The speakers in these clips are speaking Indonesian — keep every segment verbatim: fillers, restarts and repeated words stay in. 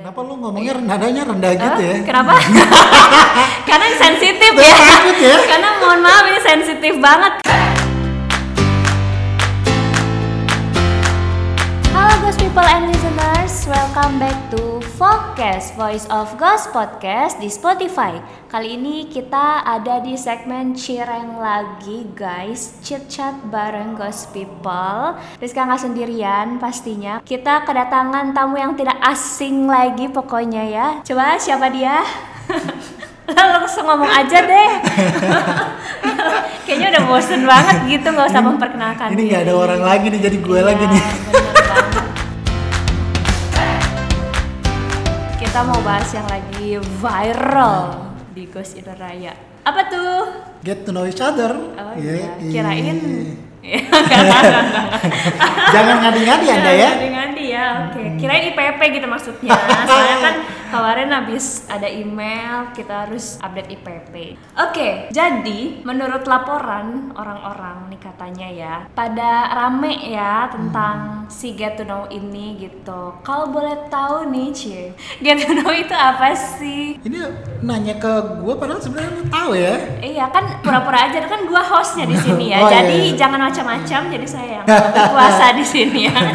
Kenapa lu ngomongnya nadanya rendah gitu uh, ya? Kenapa? Karena ini sensitif Udah ya. takut ya? Karena mohon maaf ini sensitif banget. Halo Ghost People and Listeners, welcome back to Focus Voice of Ghost Podcast di Spotify. Kali ini kita ada di segmen Cireng lagi guys, chit chat bareng Ghost People. Rizka nggak sendirian pastinya. Kita kedatangan tamu yang tidak asing lagi pokoknya ya. Coba siapa dia? Langsung ngomong aja deh. Kayaknya udah bosen banget gitu, nggak usah memperkenalkan. Ini nggak ada orang lagi nih, jadi gue iya, lagi nih. Bener banget. Kita mau bahas yang lagi viral di Ghost Indonesia. Apa tuh? Get to know each other. Oh yeah. iya, kirain. Jangan ngadi-ngadi Anda ya. Ngadi-ngadi ya, oke. Okay. Kirain I P P gitu maksudnya. Soalnya kan kemarin habis ada email kita harus update I P P. Oke, okay, jadi menurut laporan orang-orang nih katanya ya, pada rame ya tentang hmm. si Get to Know ini gitu. Kalau boleh tahu nih, Cie, Get to Know itu apa sih? Ini nanya ke gue padahal sebenarnya lu tahu ya. Iya kan pura-pura aja kan gue hostnya di sini ya. Oh, jadi iya, iya. jangan macam-macam, jadi saya yang berkuasa di sini ya.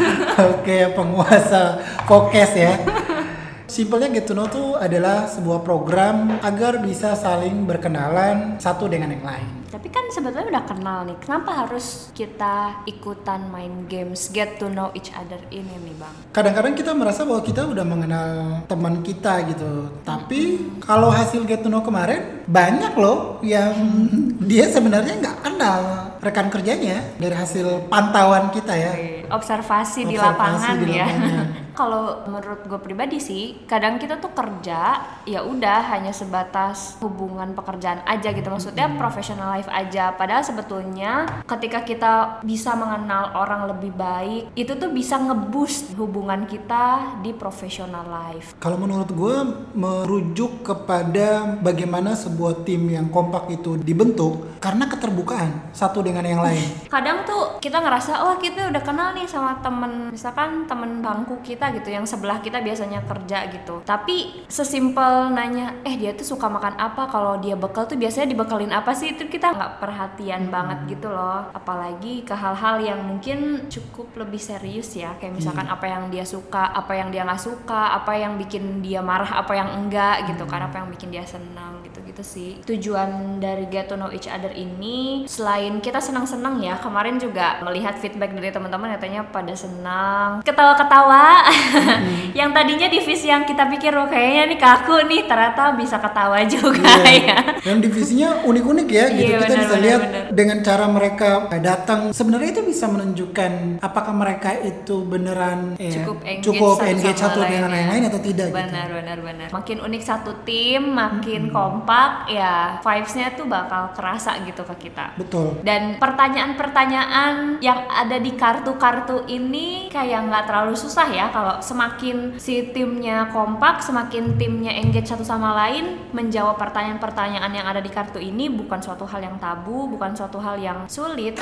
Oke, penguasa Focus ya. Simpelnya Get to Know itu adalah sebuah program agar bisa saling berkenalan satu dengan yang lain. Tapi kan sebetulnya udah kenal nih, kenapa harus kita ikutan main games Get to Know each other ini nih Bang? Kadang-kadang kita merasa bahwa kita udah mengenal teman kita gitu. Tapi hmm. kalau hasil Get to Know kemarin, banyak loh yang dia sebenarnya nggak kenal rekan kerjanya dari hasil pantauan kita ya. Observasi, Observasi di lapangan, di lapangan. Ya. Kalau menurut gue pribadi sih, kadang kita tuh kerja ya udah hanya sebatas hubungan pekerjaan aja gitu, maksudnya hmm. professional life aja. Padahal sebetulnya ketika kita bisa mengenal orang lebih baik, itu tuh bisa nge-boost hubungan kita di professional life. Kalau menurut gue merujuk kepada bagaimana sebuah tim yang kompak itu dibentuk karena keterbukaan satu dengan yang lain. Kadang tuh kita ngerasa oh kita udah kenal nih sama temen, misalkan temen bangku kita gitu yang sebelah kita biasanya kerja gitu, tapi sesimpel nanya eh dia tuh suka makan apa, kalau dia bekal tuh biasanya dibekelin apa sih, itu kita nggak perhatian hmm. banget gitu loh. Apalagi ke hal-hal yang mungkin cukup lebih serius ya, kayak misalkan hmm. apa yang dia suka, apa yang dia nggak suka, apa yang bikin dia marah, apa yang enggak gitu kan, apa yang bikin dia senang gitu-gitu sih. Tujuan dari Get to Know each other ini selain kita senang-senang ya, kemarin juga melihat feedback dari teman-teman katanya pada senang, ketawa-ketawa. Hmm. Yang tadinya divisi yang kita pikir oh kayaknya nih kaku nih, ternyata bisa ketawa juga yeah. ya. Dan divisinya unik-unik ya gitu. Yeah, kita bener, bisa bener, lihat bener. Dengan cara mereka datang, sebenarnya itu bisa menunjukkan apakah mereka itu beneran cukup ya, engage cukup satu, engage satu dengan yang lain atau tidak. Benar gitu. benar benar. Makin unik satu tim, makin hmm. kompak ya, vibes-nya tuh bakal kerasa gitu ke kita. Betul. Dan pertanyaan-pertanyaan yang ada di kartu-kartu ini kayak nggak terlalu susah ya. Kalau semakin si timnya kompak, semakin timnya engage satu sama lain, menjawab pertanyaan-pertanyaan yang ada di kartu ini bukan suatu hal yang tabu, bukan suatu hal yang sulit.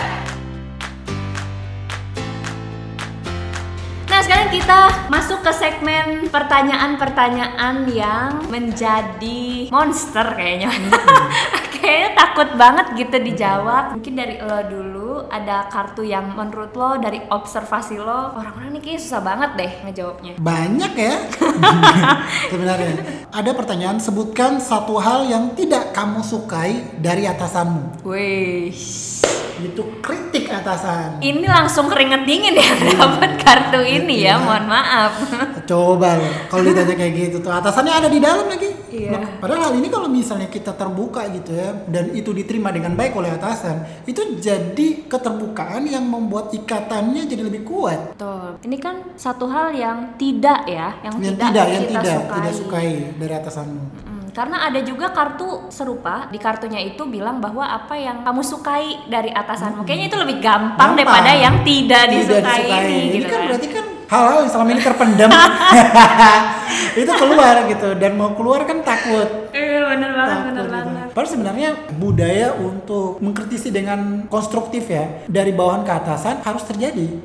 Nah sekarang kita masuk ke segmen pertanyaan-pertanyaan yang menjadi monster kayaknya. Kayaknya takut banget gitu dijawab. Mungkin dari lo dulu, ada kartu yang menurut lo dari observasi lo, orang-orang ini kayaknya susah banget deh ngejawabnya. Banyak ya. Sebenarnya ada pertanyaan, sebutkan satu hal yang tidak kamu sukai dari atasanmu. Wih, itu kritik atasan. Ini langsung keringet dingin ya dapat kartu ini ya, mohon maaf. Coba loh, kalau ditanya kayak gitu tuh atasannya ada di dalam lagi. Iya. Nah, padahal hal ini kalau misalnya kita terbuka gitu ya, dan itu diterima dengan baik oleh atasan, itu jadi keterbukaan yang membuat ikatannya jadi lebih kuat. Betul. Ini kan satu hal yang tidak ya, yang, yang tidak, tidak yang kita tidak sukai. tidak sukai dari atasanmu. Mm-mm. Karena ada juga kartu serupa, di kartunya itu bilang bahwa apa yang kamu sukai dari atasanmu. Kayaknya itu lebih gampang, gampang. daripada yang tidak, tidak disukai, disukai ini. Ini gitu kan kan. berarti kan hal-hal yang selama ini terpendam itu keluar gitu, dan mau keluar kan takut. Iya benar banget, takut benar gitu. banget. Padahal sebenarnya budaya untuk mengkritisi dengan konstruktif ya dari bawahan ke atasan harus terjadi. Hmm.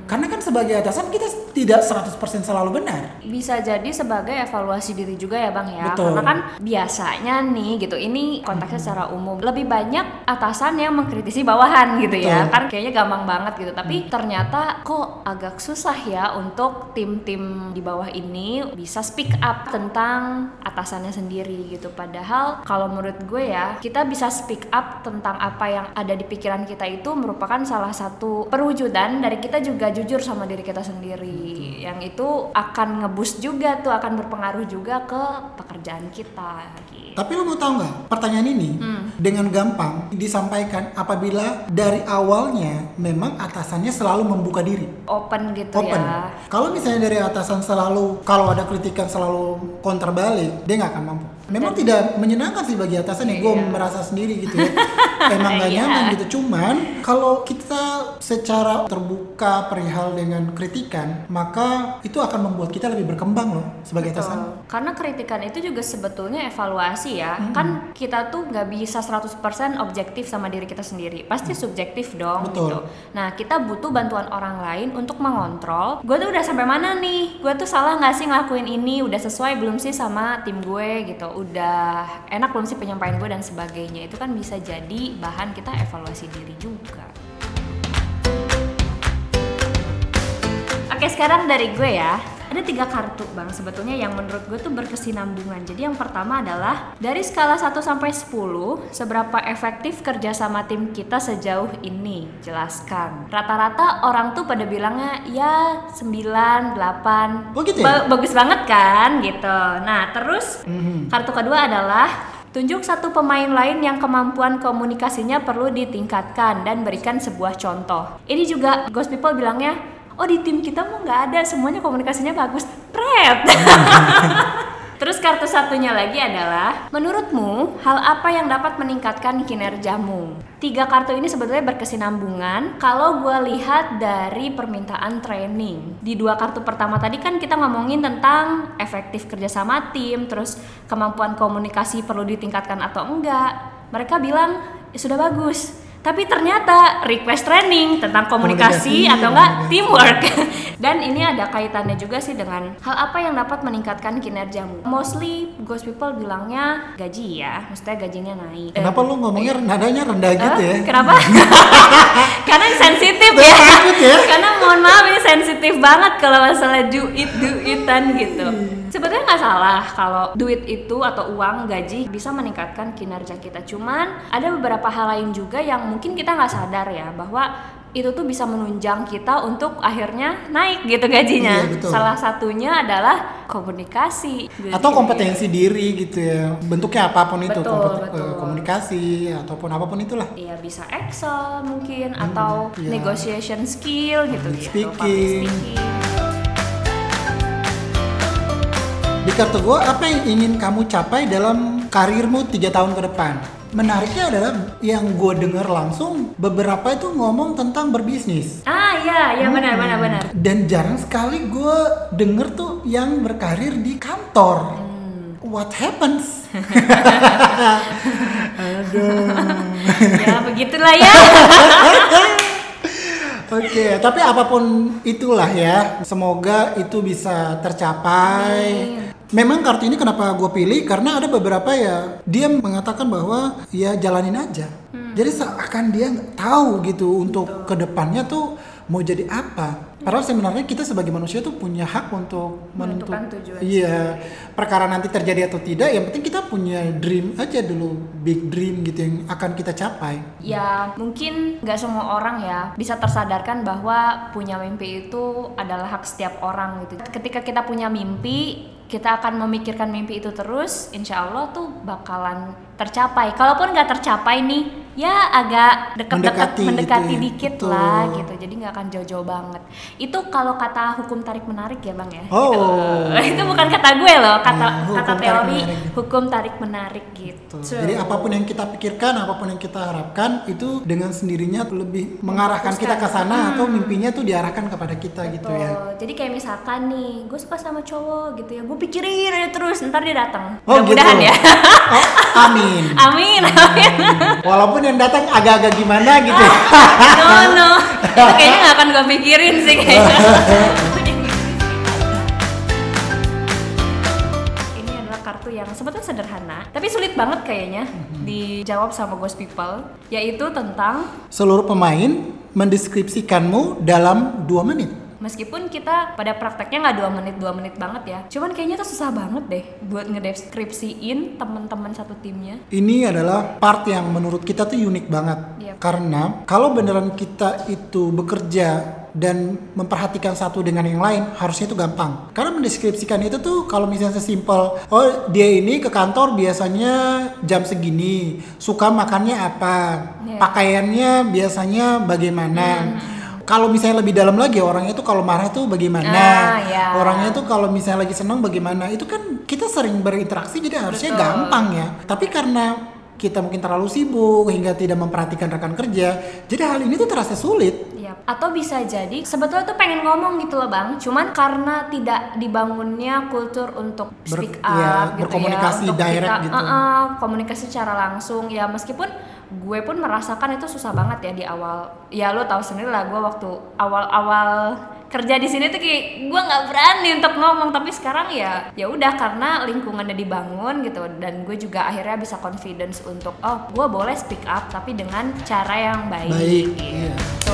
Karena kan sebagai atasan kita tidak seratus persen selalu benar. Bisa jadi sebagai evaluasi diri juga ya Bang ya. Betul. Karena kan biasanya nih gitu, ini konteksnya hmm. secara umum, lebih banyak atasan yang mengkritisi bawahan gitu. Betul. Ya. Kan kayaknya gampang banget gitu, tapi hmm. ternyata kok agak susah ya untuk tim-tim di bawah ini bisa speak up tentang atasannya sendiri gitu. Padahal kalau menurut gue ya, kita bisa speak up tentang apa yang ada di pikiran kita itu merupakan salah satu perwujudan dari kita juga jujur sama diri kita sendiri. Yang itu akan ngeboost juga tuh, akan berpengaruh juga ke pekerjaan kita gitu. Tapi lo mau tahu nggak, pertanyaan ini hmm. dengan gampang disampaikan apabila dari awalnya memang atasannya selalu membuka diri, open gitu. Open. Ya. Kalau misalnya dari atasan selalu, kalau ada kritikan selalu counter balik, dia nggak akan mampu. Memang Dan, tidak menyenangkan sih bagi atasan ya, gue iya. merasa sendiri gitu ya. Emang gak nyaman gitu. Cuman kalau kita secara terbuka perihal dengan kritikan, maka itu akan membuat kita lebih berkembang loh sebagai Betul. atasan. Karena kritikan itu juga sebetulnya evaluasi ya. Hmm. Kan kita tuh gak bisa seratus persen objektif sama diri kita sendiri. Pasti hmm. subjektif dong. Betul. Gitu. Nah kita butuh bantuan orang lain untuk mengontrol, gue tuh udah sampai mana nih? Gue tuh salah gak sih ngelakuin ini? Udah sesuai belum sih sama tim gue gitu? Udah enak belum sih penyampaian gue dan sebagainya. Itu kan bisa jadi bahan kita evaluasi diri juga. Oke, sekarang dari gue ya, ada tiga kartu Bang sebetulnya yang menurut gue tuh berkesinambungan. Jadi yang pertama adalah dari skala satu sampai sepuluh, seberapa efektif kerjasama tim kita sejauh ini? Jelaskan. Rata-rata orang tuh pada bilangnya ya sembilan, delapan. Oh gitu ya? Ba- bagus banget kan gitu. Nah terus mm-hmm. kartu kedua adalah tunjuk satu pemain lain yang kemampuan komunikasinya perlu ditingkatkan dan berikan sebuah contoh. Ini juga Ghost People bilangnya, oh di tim kita mau nggak ada, semuanya komunikasinya bagus. Pret. Terus kartu satunya lagi adalah, menurutmu hal apa yang dapat meningkatkan kinerjamu? Tiga kartu ini sebetulnya berkesinambungan kalau gue lihat dari permintaan training. Di dua kartu pertama tadi kan kita ngomongin tentang efektif kerjasama tim, terus kemampuan komunikasi perlu ditingkatkan atau enggak. Mereka bilang ya sudah bagus. Tapi ternyata request training tentang komunikasi, komunikasi atau enggak teamwork. Dan ini ada kaitannya juga sih dengan hal apa yang dapat meningkatkan kinerjamu. Mostly Ghost People bilangnya gaji ya, maksudnya gajinya naik. Kenapa uh, lu ngomongnya nadanya rendah uh, gitu ya? Kenapa? Karena sensitif ya. ya. Karena mohon maaf ini sensitif banget kalau masalah do it do itan gitu. Sebetulnya nggak salah kalau duit itu atau uang gaji bisa meningkatkan kinerja kita. Cuman ada beberapa hal lain juga yang mungkin kita nggak sadar ya, bahwa itu tuh bisa menunjang kita untuk akhirnya naik gitu gajinya. Iya, salah satunya adalah komunikasi atau kompetensi diri gitu ya, bentuknya apapun itu. Betul, kompet- betul. komunikasi ataupun apapun itulah. Iya, bisa Excel mungkin hmm, atau iya. negotiation skill gitu gitu. Speaking. Di kartu gue, apa yang ingin kamu capai dalam karirmu tiga tahun ke depan? Menariknya adalah yang gue dengar langsung beberapa itu ngomong tentang berbisnis. Ah iya, iya benar, hmm. benar, benar. Dan jarang sekali gue denger tuh yang berkarir di kantor. Hmm. What happens? Aduh. Ya begitulah ya. Oke, okay, tapi apapun itulah ya, semoga itu bisa tercapai. Amin. Memang kartu ini kenapa gue pilih, karena ada beberapa ya, dia mengatakan bahwa ya jalanin aja. Hmm. Jadi seakan dia nggak tahu gitu untuk Betul. kedepannya tuh mau jadi apa. Padahal sebenarnya kita sebagai manusia tuh punya hak untuk menentukan tujuan. Iya, perkara nanti terjadi atau tidak, yang penting kita punya dream aja dulu, big dream gitu yang akan kita capai. Ya mungkin nggak semua orang ya bisa tersadarkan bahwa punya mimpi itu adalah hak setiap orang gitu. Ketika kita punya mimpi, kita akan memikirkan mimpi itu terus, insya Allah tuh bakalan tercapai. Kalaupun nggak tercapai nih, ya agak dekat-dekat mendekati, mendekati gitu ya. Dikit Betul. lah gitu. Jadi nggak akan jauh-jauh banget. Itu kalau kata hukum tarik menarik ya Bang ya. Oh. Gitu. Itu bukan kata gue loh, kata nah, kata teori hukum tarik menarik gitu. So. Jadi apapun yang kita pikirkan, apapun yang kita harapkan itu dengan sendirinya lebih mengarahkan kita ke sana hmm. atau mimpinya tuh diarahkan kepada kita. Betul. Gitu ya. Jadi kayak misalkan nih, gue suka sama cowok gitu ya, gue pikirin aja terus, ntar dia datang. Oh, mudah-mudahan gitu. ya. Oh, amin. Amin. Amin. Walaupun yang datang agak-agak gimana gitu. No no, itu kayaknya nggak akan gue pikirin sih kayaknya. Ini adalah kartu yang sebetulnya sederhana, tapi sulit banget kayaknya dijawab sama Ghost People, yaitu tentang seluruh pemain mendeskripsikanmu dalam dua menit. Meskipun kita pada prakteknya nggak dua menit dua menit banget ya, cuman kayaknya tuh susah banget deh buat ngedeskripsiin teman-teman satu timnya. Ini adalah part yang menurut kita tuh unik banget. Yep. Karena kalau beneran kita itu bekerja dan memperhatikan satu dengan yang lain, harusnya itu gampang. Karena mendeskripsikan itu tuh kalau misalnya sesimpel, oh dia ini ke kantor biasanya jam segini, suka makannya apa, yeah. pakaiannya biasanya bagaimana. Hmm. Kalau misalnya lebih dalam lagi, orangnya tuh kalau marah tuh bagaimana, ah, ya. orangnya tuh kalau misalnya lagi senang bagaimana, itu kan kita sering berinteraksi jadi harusnya Betul. gampang ya. Tapi karena kita mungkin terlalu sibuk hingga tidak memperhatikan rekan kerja, jadi hal ini tuh terasa sulit. Yap. Atau bisa jadi sebetulnya tuh pengen ngomong gitu loh bang, cuman karena tidak dibangunnya kultur untuk speak Ber, up ya, gitu berkomunikasi ya, untuk direct kita, gitu. Uh, uh, komunikasi secara langsung ya, meskipun gue pun merasakan itu susah banget ya di awal. Ya lo tahu sendiri lah, gue waktu awal-awal kerja di sini tuh kayak gue nggak berani untuk ngomong, tapi sekarang ya ya udah karena lingkungannya dibangun gitu, dan gue juga akhirnya bisa confidence untuk oh gue boleh speak up tapi dengan cara yang baik. Baik. Gitu. Iya.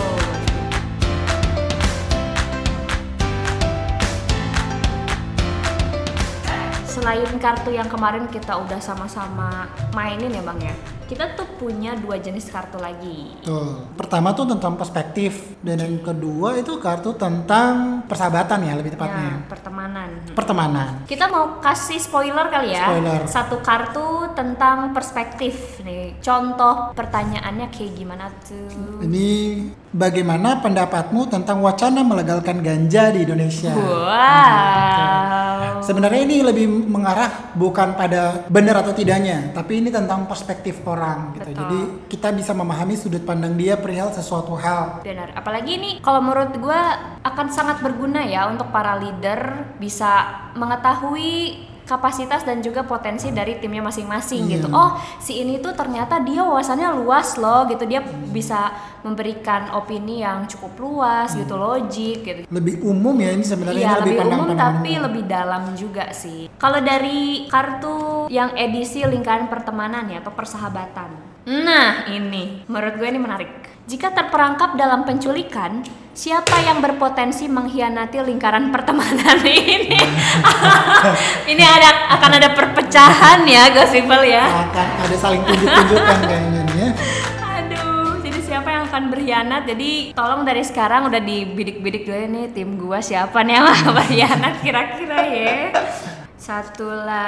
Selain kartu yang kemarin kita udah sama-sama mainin ya bang ya, kita tuh punya dua jenis kartu lagi. Tuh. Pertama tuh tentang perspektif, dan yang kedua itu kartu tentang persahabatan ya lebih tepatnya. Ya, pertemanan. Pertemanan. Kita mau kasih spoiler kali ya. Spoiler. Satu kartu tentang perspektif nih. Contoh pertanyaannya kayak gimana tuh? Ini bagaimana pendapatmu tentang wacana melegalkan ganja di Indonesia? Wow. Nah, sebenarnya ini lebih mengarah bukan pada benar atau tidaknya, tapi ini tentang perspektif orang gitu. Betul. Jadi kita bisa memahami sudut pandang dia perihal sesuatu hal. Benar. Apalagi ini kalau menurut gue akan sangat berguna ya untuk para leader bisa mengetahui kapasitas dan juga potensi dari timnya masing-masing yeah. gitu. Oh, si ini tuh ternyata dia wawasannya luas loh gitu. Dia bisa memberikan opini yang cukup luas hmm. gitu, logik gitu. Lebih umum ya ini sebenarnya. Iya, lebih lebih umum tapi umum. lebih dalam juga sih. Kalau dari kartu yang edisi lingkaran pertemanan ya atau persahabatan. Nah, ini menurut gue ini menarik. Jika terperangkap dalam penculikan, siapa yang berpotensi mengkhianati lingkaran pertemanan ini? Ini ada akan ada perpecahan ya, Gossipel ya. Akan ada saling tunjuk-tunjukkan kayaknya ya. Aduh, jadi siapa yang akan berkhianat? Jadi tolong dari sekarang udah dibidik-bidik dulu nih tim gua siapa nih yang akan berkhianat kira-kira ya. Satu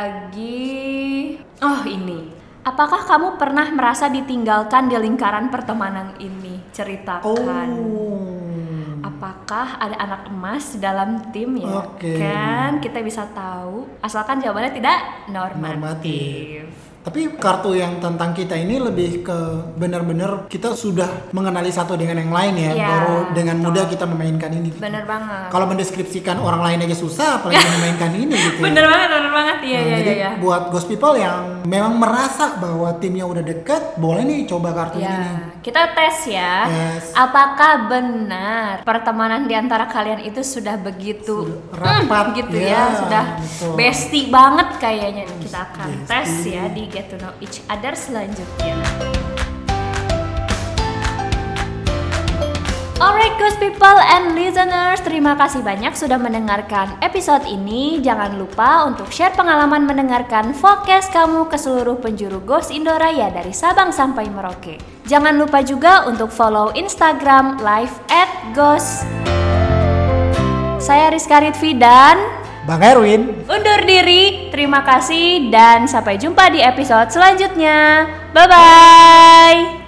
lagi. Oh, ini. Apakah kamu pernah merasa ditinggalkan di lingkaran pertemanan ini? Ceritakan. Oh. Apakah ada anak emas di dalam tim ya? Okay. Kan kita bisa tahu. Asalkan jawabannya tidak normatif. normatif. Tapi kartu yang tentang kita ini lebih ke benar-benar kita sudah mengenali satu dengan yang lain ya, ya baru dengan betul. mudah kita memainkan ini. Bener banget. Kalau mendeskripsikan orang lain aja susah, apalagi memainkan ini gitu. Bener ya. banget, bener banget. Iya, nah, iya, jadi iya. buat Ghost People yang memang merasa bahwa timnya udah dekat, boleh nih coba kartu ya. ini. Kita tes ya. Yes. Apakah benar pertemanan di antara kalian itu sudah begitu sudah rapat hmm, gitu ya, ya, sudah betul. bestie banget kayaknya. Kita akan bestie. tes ya di Get to Know Each Other selanjutnya. Alright Ghost People and listeners, terima kasih banyak sudah mendengarkan episode ini. Jangan lupa untuk share pengalaman mendengarkan podcast kamu ke seluruh penjuru Ghost Indoraya dari Sabang sampai Merauke. Jangan lupa juga untuk follow Instagram live at ghost. Saya Rizka Ritvi dan Bang Erwin undur diri. Terima kasih dan sampai jumpa di episode selanjutnya. Bye bye.